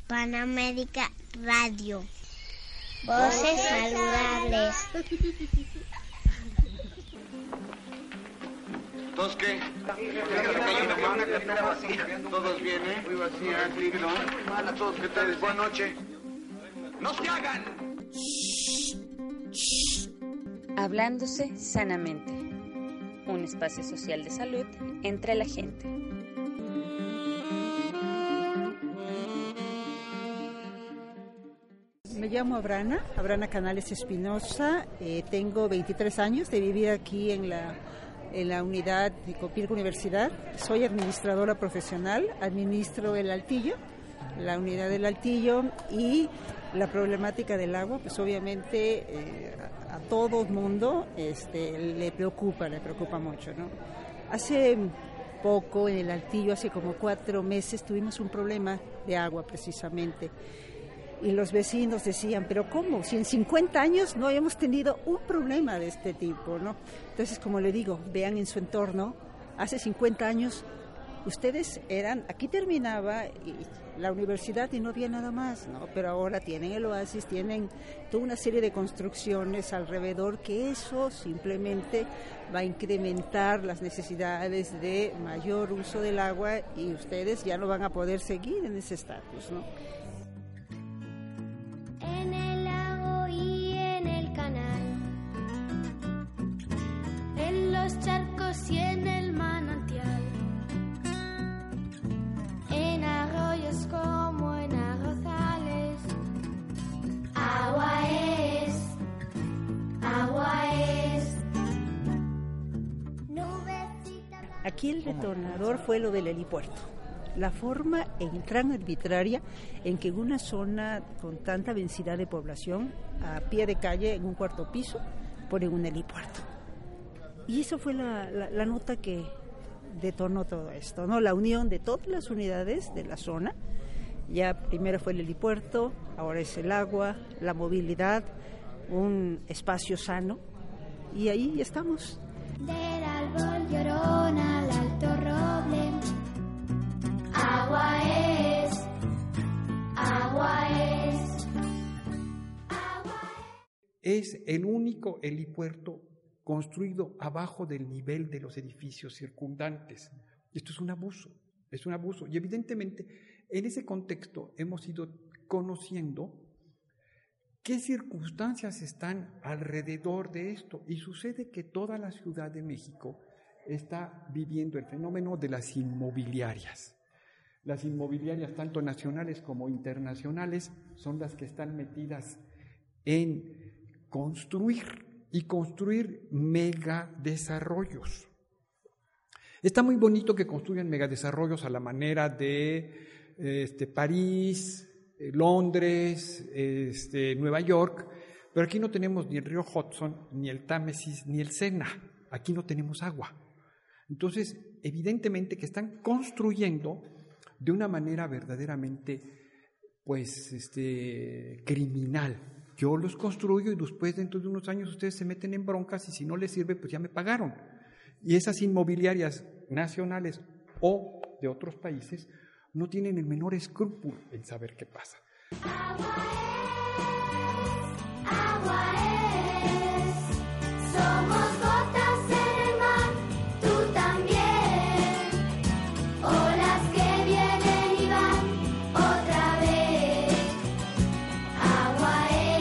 Panamérica Radio. Voces saludables. ¿Todos qué? ¿Todos bien, muy vacía, tranquilo. A todos, ¿qué tal? Buenas noches. ¡No se hagan! Hablándose sanamente. Un espacio social de salud entre la gente. Me llamo Abrana Canales Espinosa, tengo 23 años de vivir aquí en la unidad de Copilco Universidad. Soy administradora profesional, administro el Altillo, la unidad del Altillo, y la problemática del agua, pues obviamente a todo el mundo le preocupa mucho, ¿no? Hace poco en el Altillo, hace como 4 meses, tuvimos un problema de agua precisamente. Y los vecinos decían, pero ¿cómo? Si en 50 años no habíamos tenido un problema de este tipo, ¿no? Entonces, como le digo, vean en su entorno, hace 50 años ustedes aquí terminaba la universidad y no había nada más, ¿no? Pero ahora tienen el oasis, tienen toda una serie de construcciones alrededor, que eso simplemente va a incrementar las necesidades de mayor uso del agua, y ustedes ya no van a poder seguir en ese estatus, ¿no? En el lago y en el canal, en los charcos y en el manantial, en arroyos como en arrozales, agua es. Aquí el detonador fue lo del helipuerto. La forma tan arbitraria en que en una zona con tanta densidad de población, a pie de calle, en un 4º piso, ponen un helipuerto. Y eso fue la nota que detonó todo esto, ¿no? La unión de todas las unidades de la zona. Ya primero fue el helipuerto, ahora es el agua, la movilidad, un espacio sano, y ahí estamos. Del árbol llorón al alto roble, agua es. Es el único helipuerto construido abajo del nivel de los edificios circundantes. Esto es un abuso. Y evidentemente en ese contexto hemos ido conociendo qué circunstancias están alrededor de esto. Y sucede que toda la Ciudad de México está viviendo el fenómeno de las inmobiliarias. Las inmobiliarias, tanto nacionales como internacionales, son las que están metidas en construir megadesarrollos. Está muy bonito que construyan megadesarrollos a la manera de París, Londres, Nueva York, pero aquí no tenemos ni el río Hudson, ni el Támesis, ni el Sena. Aquí no tenemos agua. Entonces, evidentemente que están construyendo de una manera verdaderamente, criminal. Yo los construyo y después, dentro de unos años, ustedes se meten en broncas y si no les sirve, pues ya me pagaron. Y esas inmobiliarias nacionales o de otros países no tienen el menor escrúpulo en saber qué pasa. Agua es. Somos gotas en el mar, tú también. Olas que vienen y van otra vez. Agua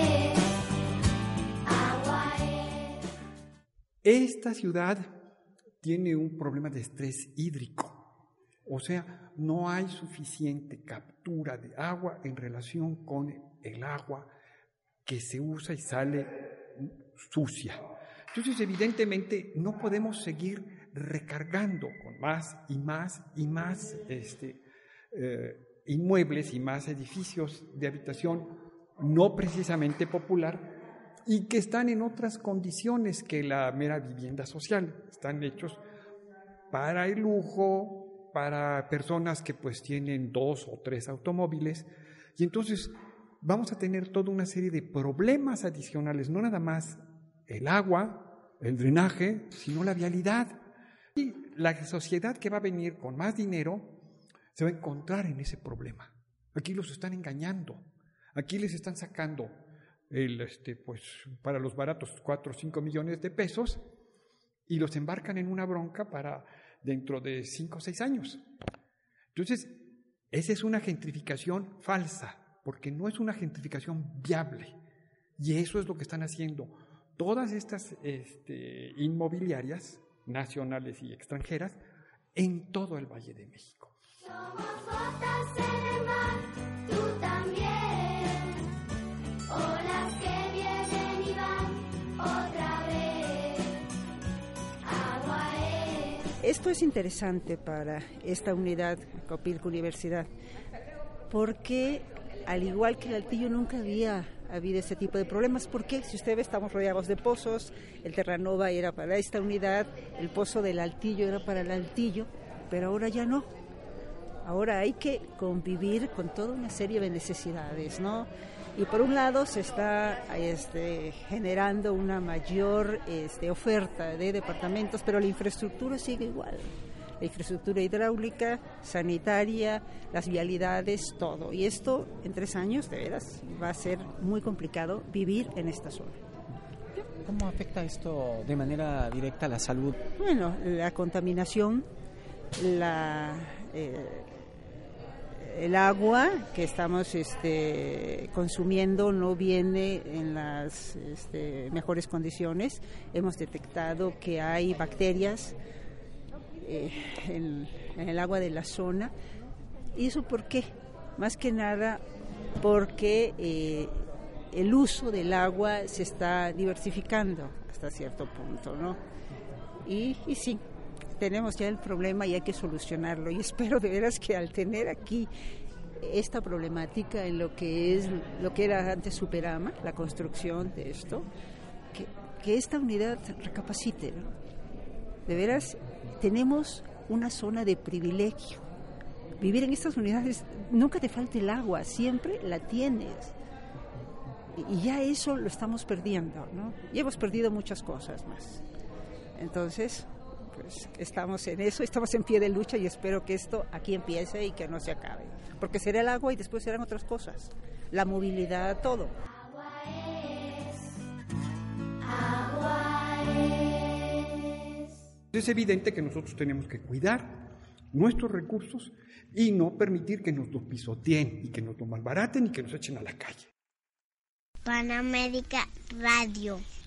es. Esta ciudad tiene un problema de estrés hídrico. O sea, no hay suficiente captura de agua en relación con el agua que se usa y sale sucia. Entonces, evidentemente, no podemos seguir recargando con más y más y más inmuebles y más edificios de habitación no precisamente popular y que están en otras condiciones que la mera vivienda social. Están hechos para el lujo, para personas que pues tienen 2 o 3 automóviles, y entonces vamos a tener toda una serie de problemas adicionales, no nada más el agua, el drenaje, sino la vialidad. Y la sociedad que va a venir con más dinero se va a encontrar en ese problema. Aquí los están engañando. Aquí les están sacando para los baratos 4 o 5 millones de pesos y los embarcan en una bronca para dentro de 5 o 6 años. Entonces, esa es una gentrificación falsa, porque no es una gentrificación viable. Y eso es lo que están haciendo todas estas inmobiliarias nacionales y extranjeras en todo el Valle de México. Somos gotas en el mar, tú también. Olas que vienen y van otra vez. Agua es. Esto es interesante para esta unidad Copilco Universidad, porque al igual que el Altillo nunca había habido este tipo de problemas, porque si usted ve estamos rodeados de pozos, el Terranova era para esta unidad, el pozo del Altillo era para el Altillo, pero ahora ya no. Ahora hay que convivir con toda una serie de necesidades, ¿no? Y por un lado se está generando una mayor oferta de departamentos, pero la infraestructura sigue igual. La infraestructura hidráulica, sanitaria, las vialidades, todo. Y esto en 3 años, de veras, va a ser muy complicado vivir en esta zona. ¿Cómo afecta esto de manera directa a la salud? Bueno, la contaminación, el agua que estamos consumiendo no viene en las mejores condiciones. Hemos detectado que hay bacterias en el agua de la zona. ¿Y eso por qué? Más que nada porque el uso del agua se está diversificando hasta cierto punto, ¿no? Y sí, tenemos ya el problema y hay que solucionarlo. Y espero de veras que al tener aquí esta problemática en lo que era antes Superama, la construcción de esto, que esta unidad recapacite, ¿no? De veras, tenemos una zona de privilegio. Vivir en estas unidades, nunca te falta el agua, siempre la tienes. Y ya eso lo estamos perdiendo, ¿no? Y hemos perdido muchas cosas más. Entonces, pues estamos en eso, estamos en pie de lucha y espero que esto aquí empiece y que no se acabe. Porque será el agua y después serán otras cosas. La movilidad, todo. Agua es. Es evidente que nosotros tenemos que cuidar nuestros recursos y no permitir que nos los pisoteen y que nos los malbaraten y que nos echen a la calle. Panamérica Radio.